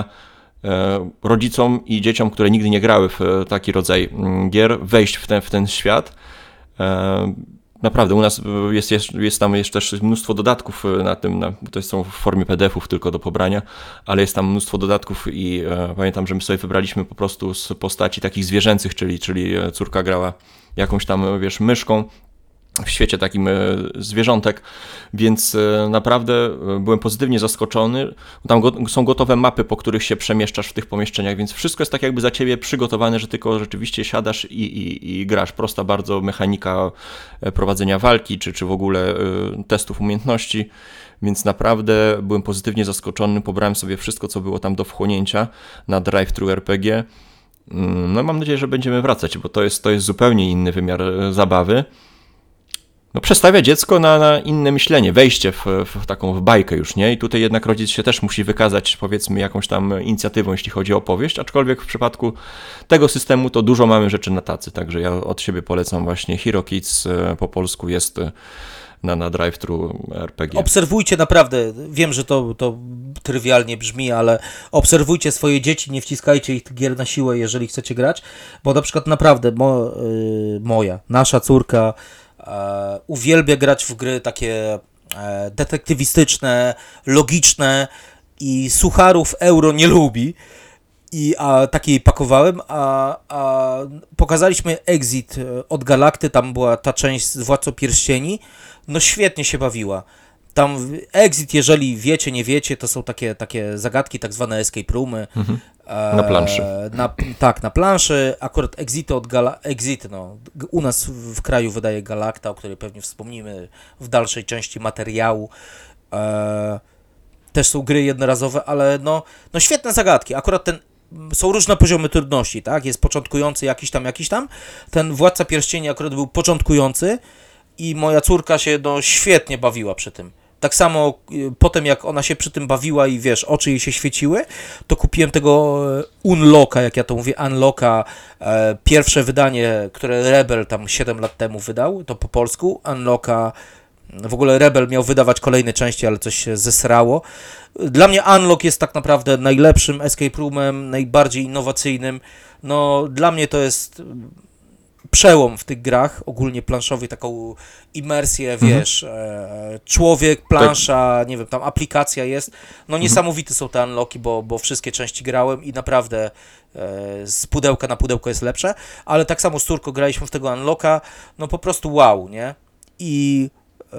e, rodzicom i dzieciom, które nigdy nie grały w e, taki rodzaj mm, gier, wejść w ten, w ten świat. E, naprawdę, u nas e, jest, jest, jest tam jeszcze też mnóstwo dodatków e, na tym, na, to są w formie pe de efów tylko do pobrania, ale jest tam mnóstwo dodatków i e, pamiętam, że my sobie wybraliśmy po prostu z postaci takich zwierzęcych, czyli, czyli e, córka grała jakąś tam, wiesz, myszką, w świecie takim e, zwierzątek, więc e, naprawdę e, byłem pozytywnie zaskoczony. Tam go, są gotowe mapy, po których się przemieszczasz w tych pomieszczeniach, więc wszystko jest tak jakby za ciebie przygotowane, że tylko rzeczywiście siadasz i, i, i grasz. Prosta bardzo mechanika e, prowadzenia walki, czy, czy w ogóle e, testów umiejętności, więc naprawdę byłem pozytywnie zaskoczony. Pobrałem sobie wszystko, co było tam do wchłonięcia na drive-thru er pe gie. Mm, No mam nadzieję, że będziemy wracać, bo to jest, to jest zupełnie inny wymiar e, zabawy. No, przestawia dziecko na, na inne myślenie, wejście w, w taką w bajkę już, nie? I tutaj jednak rodzic się też musi wykazać, powiedzmy, jakąś tam inicjatywą, jeśli chodzi o opowieść, aczkolwiek w przypadku tego systemu to dużo mamy rzeczy na tacy, także ja od siebie polecam właśnie Hero Kids, po polsku jest na, na drive-thru er pe gie. Obserwujcie naprawdę, wiem, że to, to trywialnie brzmi, ale obserwujcie swoje dzieci, nie wciskajcie ich gier na siłę, jeżeli chcecie grać, bo na przykład naprawdę mo, y, moja, nasza córka e, uwielbia grać w gry takie e, detektywistyczne, logiczne i sucharów euro nie lubi. I a takiej pakowałem, a, a pokazaliśmy Exit od Galakty, tam była ta część z Władcą Pierścieni, no świetnie się bawiła. Tam Exit, jeżeli wiecie, nie wiecie, to są takie, takie zagadki, tak zwane escape roomy. Mhm. Na planszy. E, na, tak, na planszy. Akurat Exity od Gala, Exit, no, u nas w kraju wydaje Galakta, o której pewnie wspomnimy w dalszej części materiału. E, też są gry jednorazowe, ale no, no świetne zagadki. Akurat ten są różne poziomy trudności, tak? Jest początkujący jakiś tam, jakiś tam. Ten Władca Pierścieni akurat był początkujący i moja córka się no świetnie bawiła przy tym. Tak samo y, potem jak ona się przy tym bawiła i wiesz, oczy jej się świeciły, to kupiłem tego e, Unlocka, jak ja to mówię, Unlocka, e, pierwsze wydanie, które Rebel tam siedem lat temu wydał, to po polsku, Unlocka. W ogóle Rebel miał wydawać kolejne części, ale coś się zesrało. Dla mnie Unlock jest tak naprawdę najlepszym escape roomem, najbardziej innowacyjnym. No, dla mnie to jest przełom w tych grach, ogólnie planszowych, taką imersję, Mhm. wiesz, e, człowiek, plansza, nie wiem, tam aplikacja jest. No niesamowite są te Unlocki, bo, bo wszystkie części grałem i naprawdę e, z pudełka na pudełko jest lepsze, ale tak samo z córką graliśmy w tego Unlocka, no po prostu wow, nie? I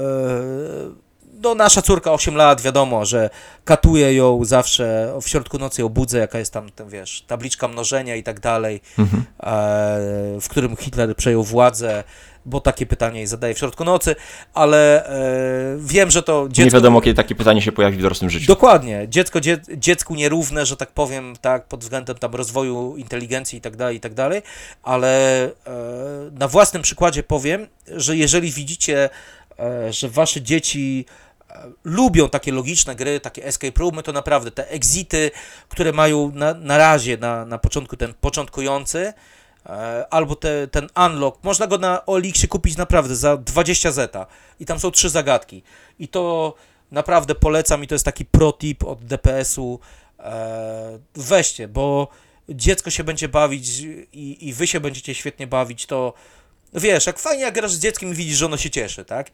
no nasza córka osiem lat, wiadomo, że katuje ją zawsze, w środku nocy ją budzę, jaka jest tam, ten, wiesz, tabliczka mnożenia i tak dalej, Mhm. e, w którym Hitler przejął władzę, bo takie pytanie jej zadaje w środku nocy, ale e, wiem, że to dziecko... Nie wiadomo, kiedy takie pytanie się pojawi w dorosłym życiu. Dokładnie, dziecko dzie, dziecku nierówne, że tak powiem, tak, pod względem tam rozwoju inteligencji i tak dalej, i tak dalej, ale e, na własnym przykładzie powiem, że jeżeli widzicie, e, że wasze dzieci e, lubią takie logiczne gry, takie escape roomy, to naprawdę te exity, które mają na, na razie, na, na początku ten początkujący, e, albo te, ten unlock, można go na O L X-ie kupić naprawdę za dwadzieścia zeta i tam są trzy zagadki i to naprawdę polecam i to jest taki pro tip od D P S-u, e, weźcie, bo dziecko się będzie bawić i, i wy się będziecie świetnie bawić, to wiesz, jak fajnie jak grasz z dzieckiem i widzisz, że ono się cieszy, tak?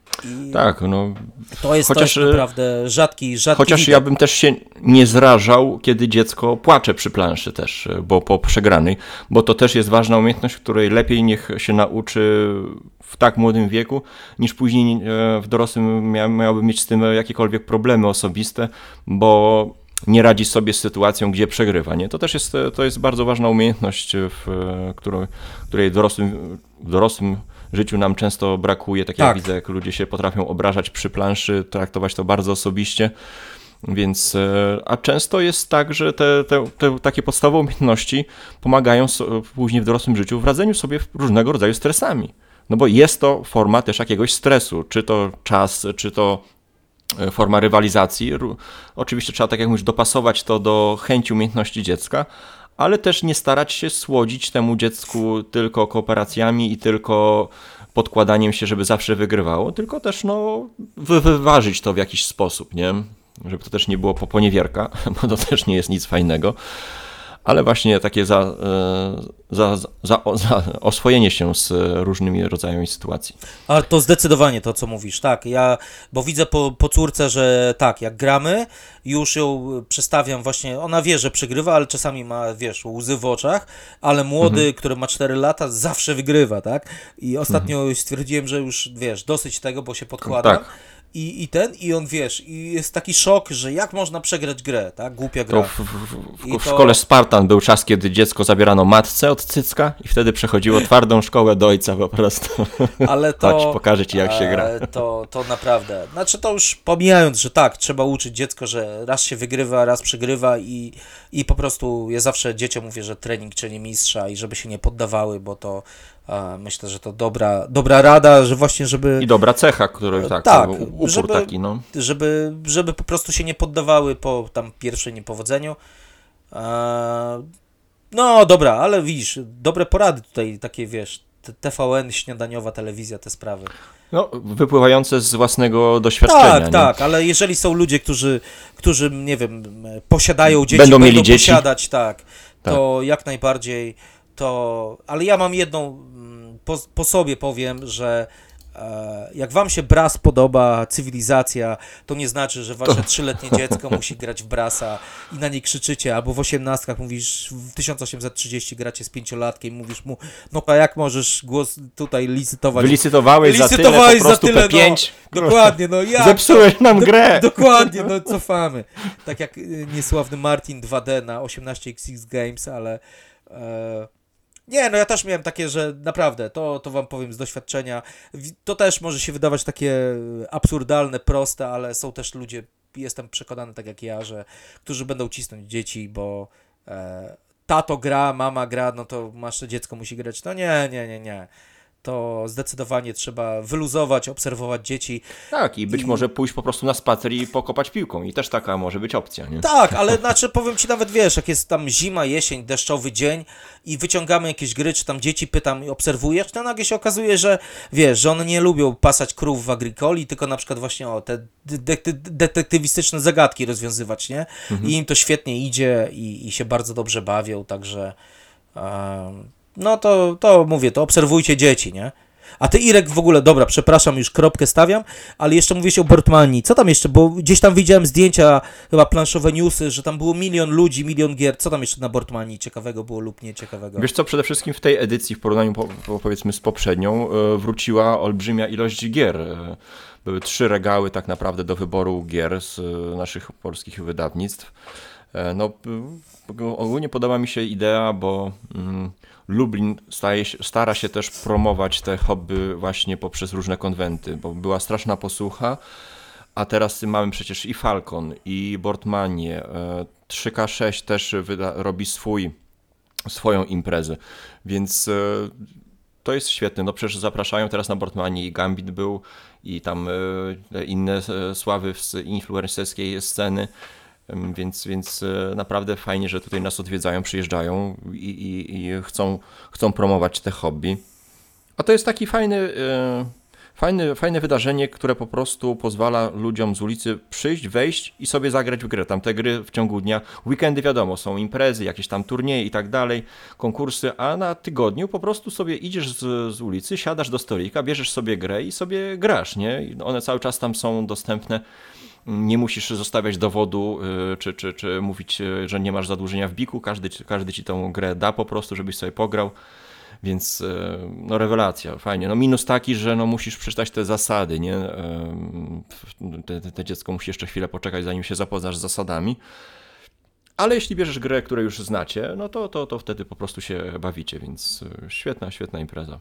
I Tak, no. to jest, Chociaż, to jest naprawdę rzadki, rzadki Chociaż widok. ja bym też się nie zrażał, kiedy dziecko płacze przy planszy też, bo po przegranej, bo to też jest ważna umiejętność, której lepiej niech się nauczy w tak młodym wieku, niż później e, w dorosłym mia, miałby mieć z tym jakiekolwiek problemy osobiste, bo nie radzi sobie z sytuacją, gdzie przegrywa. Nie? To też jest, to jest bardzo ważna umiejętność, w której, której w dorosłym, w dorosłym życiu nam często brakuje. Tak jak Tak. widzę, jak ludzie się potrafią obrażać przy planszy, traktować to bardzo osobiście. Więc, a często jest tak, że te, te, te takie podstawowe umiejętności pomagają so, później w dorosłym życiu w radzeniu sobie różnego rodzaju stresami. No bo jest to forma też jakiegoś stresu, czy to czas, czy to forma rywalizacji. Oczywiście trzeba, tak jak mówisz, dopasować to do chęci, umiejętności dziecka, ale też nie starać się słodzić temu dziecku tylko kooperacjami i tylko podkładaniem się, żeby zawsze wygrywało, tylko też no, wy- wyważyć to w jakiś sposób, nie? Żeby to też nie było poponiewierka, bo to też nie jest nic fajnego, ale właśnie takie za, za, za, za, za oswojenie się z różnymi rodzajami sytuacji. Ale to zdecydowanie to, co mówisz, tak, ja, bo widzę po, po córce, że tak, jak gramy, już ją przestawiam właśnie, ona wie, że przegrywa, ale czasami ma, wiesz, łzy w oczach, ale młody, mhm. który ma cztery lata, zawsze wygrywa, tak, i ostatnio mhm. stwierdziłem, że już, wiesz, dosyć tego, bo się podkłada. Tak. I, I ten, i on, wiesz, i jest taki szok, że jak można przegrać grę, tak? Głupia gra. To w, w, w, w to... szkole Spartan był czas, kiedy dziecko zabierano matce od cycka i wtedy przechodziło twardą szkołę do ojca po prostu. Ale to... Chodź, pokażę ci, jak się gra. To, to naprawdę, znaczy to już pomijając, że tak, trzeba uczyć dziecko, że raz się wygrywa, raz przegrywa i, i po prostu ja zawsze dzieciom mówię, że trening czyni mistrza i żeby się nie poddawały, bo to a, myślę, że to dobra, dobra rada, że właśnie, żeby... I dobra cecha, który tak, tak upór żeby, taki, no. Żeby, żeby po prostu się nie poddawały po tam pierwszej niepowodzeniu. A, no dobra, ale widzisz, dobre porady tutaj, takie wiesz, T V N, śniadaniowa telewizja, te sprawy. No, wypływające z własnego doświadczenia. Tak, nie? tak, ale jeżeli są ludzie, którzy, którzy nie wiem, posiadają dzieci, Będą będą, mieli dzieci. posiadać, tak, to jak najbardziej to... Ale ja mam jedną, mm, po, po sobie powiem, że e, jak wam się Bras podoba, cywilizacja, to nie znaczy, że wasze To- trzyletnie dziecko musi grać w Brasa i na nie krzyczycie, albo w osiemnastkach mówisz, w tysiąc osiemset trzydzieści gracie z pięciolatkiem, mówisz mu, no a jak możesz głos tutaj licytować? Wylicytowałeś za tyle, Licytowałeś po za prostu tyle, P pięć. no, dokładnie, no jak? Zepsułeś nam grę. Dokładnie, no cofamy. Tak jak y, niesławny Martin dwa D na osiemnaście X X Games, ale e, nie, no ja też miałem takie, że naprawdę, to, to wam powiem z doświadczenia, wi- to też może się wydawać takie absurdalne, proste, ale są też ludzie, jestem przekonany tak jak ja, że którzy będą cisnąć dzieci, bo e, tato gra, mama gra, no to nasze dziecko musi grać. No nie, nie, nie, nie. To zdecydowanie trzeba wyluzować, obserwować dzieci. Tak, i być I- może pójść po prostu na spacer i pokopać piłką. I też taka może być opcja, nie? Tak, ale znaczy powiem ci nawet, wiesz, jak jest tam zima, jesień, deszczowy dzień i wyciągamy jakieś gry, czy tam dzieci pytam i obserwujesz, to nagle się okazuje, że wiesz, że one nie lubią pasać krów w agrikoli, tylko na przykład właśnie o te detekty- detektywistyczne zagadki rozwiązywać, nie? I im to świetnie idzie i, i się bardzo dobrze bawią, także em, no to, to mówię, to obserwujcie dzieci, nie? A ty, Irek, w ogóle, dobra, przepraszam, już kropkę stawiam, ale jeszcze mówiłeś o Bortmanii. Co tam jeszcze? Bo gdzieś tam widziałem zdjęcia, chyba planszowe newsy, że tam było milion ludzi, milion gier. Co tam jeszcze na Bortmanii ciekawego było lub nieciekawego? Wiesz co, przede wszystkim w tej edycji, w porównaniu po, po, powiedzmy z poprzednią, e, wróciła olbrzymia ilość gier. E, Były trzy regały tak naprawdę do wyboru gier z e, naszych polskich wydawnictw. E, No, p- ogólnie podoba mi się idea, bo mm, Lublin staje się, stara się też promować te hobby właśnie poprzez różne konwenty, bo była straszna posłucha, a teraz mamy przecież i Falcon, i Boardmanie, e, trzy K sześć też wyda, robi swój, swoją imprezę, więc e, to jest świetne. No przecież zapraszają teraz na Boardmanie i Gambit był, i tam e, inne e, sławy z influencerskiej sceny. Em, Więc, więc e, naprawdę fajnie, że tutaj nas odwiedzają, przyjeżdżają i, i, i chcą, chcą promować te hobby. A to jest taki fajny, e, fajny, fajne wydarzenie, które po prostu pozwala ludziom z ulicy przyjść, wejść i sobie zagrać w grę. Tam te gry w ciągu dnia, weekendy wiadomo, są imprezy, jakieś tam turnieje i tak dalej, konkursy, a na tygodniu po prostu sobie idziesz z, z ulicy, siadasz do stolika, bierzesz sobie grę i sobie grasz, nie? I one cały czas tam są dostępne. Nie musisz zostawiać dowodu, y, czy, czy, czy mówić, y, że nie masz zadłużenia w biku. Każdy, ci- każdy ci tą grę da po prostu, żebyś sobie pograł. Więc y, no rewelacja, fajnie. No minus taki, że no musisz przeczytać te zasady, nie? Ym, Te, te, te dziecko musi jeszcze chwilę poczekać, zanim się zapoznasz z zasadami. Ale jeśli bierzesz grę, którą już znacie, no to, to, to wtedy po prostu się bawicie, więc y, świetna, świetna impreza.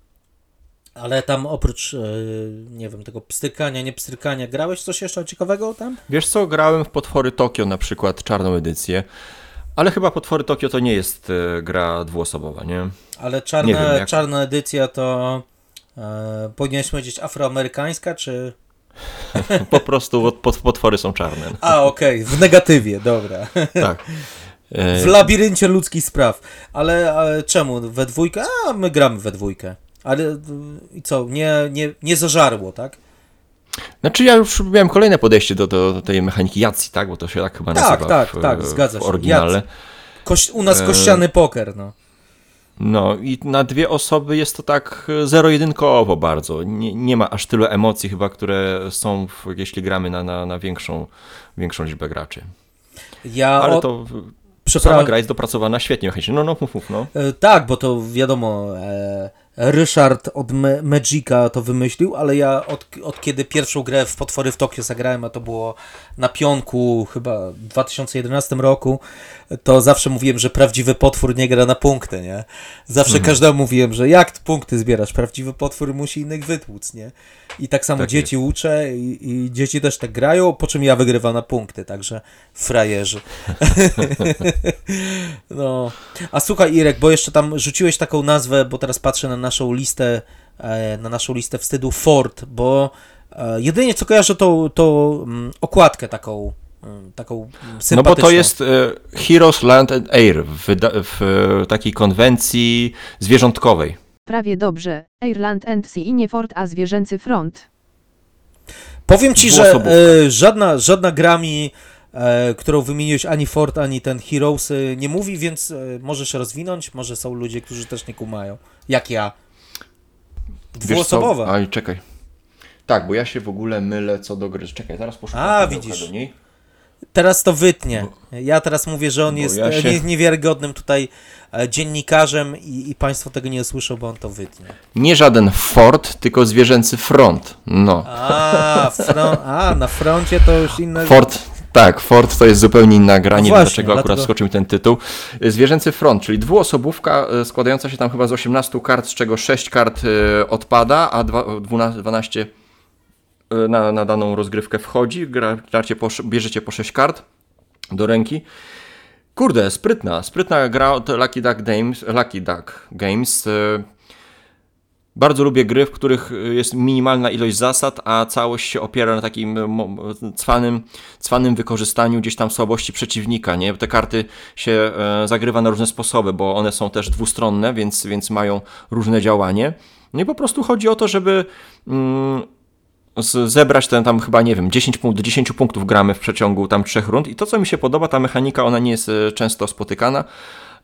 Ale tam oprócz, e, nie wiem, tego pstrykania, nie pstrykania, grałeś coś jeszcze ciekawego tam? Wiesz co, grałem w Potwory Tokio na przykład, czarną edycję, ale chyba Potwory Tokio to nie jest e, gra dwuosobowa, nie? Ale Nie czarna, wiem, jak- czarna edycja to e, powinieneś powiedzieć afroamerykańska, czy... Po prostu pot, potwory są czarne. A, okej, w negatywie, dobra. Tak. E, W labiryncie ludzkich spraw. Ale, ale czemu? We dwójkę? A, my gramy we dwójkę. Ale y, i co? Nie, nie, nie zażarło, tak? Znaczy ja już miałem kolejne podejście do, do, do tej mechaniki Yahtzee, tak? Bo to się tak chyba Tak, nazywa tak, w, tak, zgadza w się. oryginale. Yahtzee. Koś, u nas E, kościany poker, no. No i na dwie osoby jest to tak zero-jedynkowo bardzo. Nie, nie ma aż tylu emocji chyba, które są, w, jeśli gramy na, na, na większą, większą liczbę graczy. Ja Ale o- to Przepra- sama gra jest dopracowana świetnie mechanicznie. No, no, mów, mów, no. E, Tak, bo to wiadomo, e, Ryszard od Me- Magica to wymyślił, ale ja od, od kiedy pierwszą grę w Potwory w Tokio zagrałem, a to było na pionku chyba w dwa tysiące jedenastym roku, to zawsze mówiłem, że prawdziwy potwór nie gra na punkty, nie? Zawsze każdemu mówiłem, że jak punkty zbierasz, prawdziwy potwór musi innych wytłuc, nie? I tak samo Tak dzieci uczę i, i dzieci też tak grają, po czym ja wygrywam na punkty, także frajerzy. No. A słuchaj, Irek, bo jeszcze tam rzuciłeś taką nazwę, bo teraz patrzę na naszą listę, e, na naszą listę wstydu Ford, bo e, jedynie co kojarzę to, to mm, okładkę taką, mm, taką mm, sympatyczną. No bo to jest e, Heroes Land and Air w, wyda- w e, takiej konwencji zwierzątkowej. Prawie dobrze. Ireland and Sea i nie Fort, a zwierzęcy front. Powiem ci, że Dwuosobówka. e, żadna, żadna gra mi, e, którą wymieniłeś, ani Fort, ani ten Heroes e, nie mówi, więc e, możesz rozwinąć. Może są ludzie, którzy też nie kumają. Jak ja. Dwuosobowa. Aj, czekaj. Tak, bo ja się w ogóle mylę co do gry. Czekaj, zaraz poszukam A, pudełka widzisz. do niej. Teraz to wytnie. Ja teraz mówię, że on Bo jest ja e, się- nie, niewiarygodnym tutaj e, dziennikarzem i, i państwo tego nie usłyszą, bo on to wytnie. Nie żaden fort, tylko zwierzęcy front. No. A, fron- a na froncie to już inne... Fort, tak, Fort to jest zupełnie inna gra, No nie właśnie, wiem dlaczego akurat dlatego- skoczył mi ten tytuł. Zwierzęcy Front, czyli dwuosobówka e, składająca się tam chyba z osiemnastu kart, z czego sześć kart e, odpada, a dwa- dwanaście, dwanaście e, na, na daną rozgrywkę wchodzi. Gra, gracie po, sz- bierzecie po sześć kart do ręki. Kurde, sprytna, sprytna gra od Lucky Duck Games. Lucky Duck Games. e, Bardzo lubię gry, w których jest minimalna ilość zasad, a całość się opiera na takim mo- cwanym, cwanym wykorzystaniu gdzieś tam słabości przeciwnika, nie? Te karty się e, zagrywa na różne sposoby, bo one są też dwustronne, więc, więc mają różne działanie. No i po prostu chodzi o to, żeby mm, z- zebrać ten tam chyba, nie wiem, dziesięć punktów, do dziesięciu punktów gramy w przeciągu tam trzech rund i to, co mi się podoba, ta mechanika, ona nie jest e, często spotykana. E,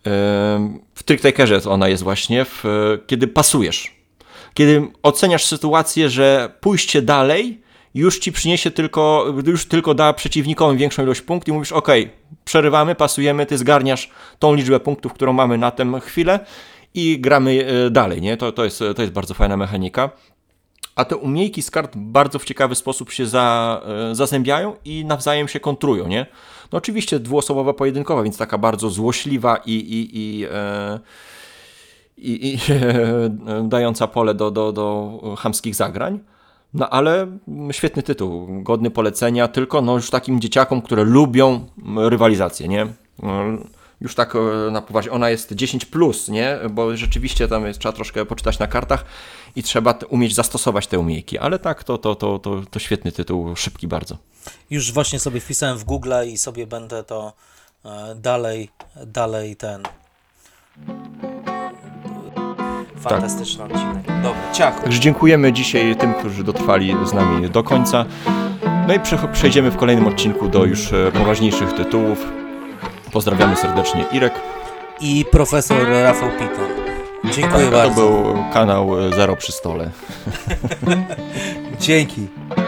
W Trick Takerze ona jest właśnie, w, kiedy pasujesz. Kiedy oceniasz sytuację, że pójście dalej już ci przyniesie tylko, już tylko da przeciwnikowi większą ilość punktów i mówisz, ok, przerywamy, pasujemy, ty zgarniasz tą liczbę punktów, którą mamy na tę chwilę i gramy e, dalej, nie? To, to, jest, to jest bardzo fajna mechanika. A te umiejki z kart bardzo w ciekawy sposób się za, e, zazębiają i nawzajem się kontrują, nie? No oczywiście dwuosobowa pojedynkowa, więc taka bardzo złośliwa i, i, i e, i, i dająca pole do, do, do chamskich zagrań. No ale świetny tytuł, godny polecenia, tylko no już takim dzieciakom, które lubią rywalizację, nie? Już tak na poważnie, ona jest dziesięć plus, nie? Bo rzeczywiście tam jest, trzeba troszkę poczytać na kartach i trzeba umieć zastosować te umiejki, ale tak, to, to, to, to, to świetny tytuł, szybki bardzo. Już właśnie sobie wpisałem w Google i sobie będę to e, dalej, dalej ten... Fantastyczny odcinek. Dobra, ciacho. Także dziękujemy dzisiaj tym, którzy dotrwali z nami do końca. No i prze- przejdziemy w kolejnym odcinku do już e, poważniejszych tytułów. Pozdrawiamy serdecznie Irek. I profesor Rafał Piton. Dziękuję To bardzo. był kanał Zero przy stole. Dzięki.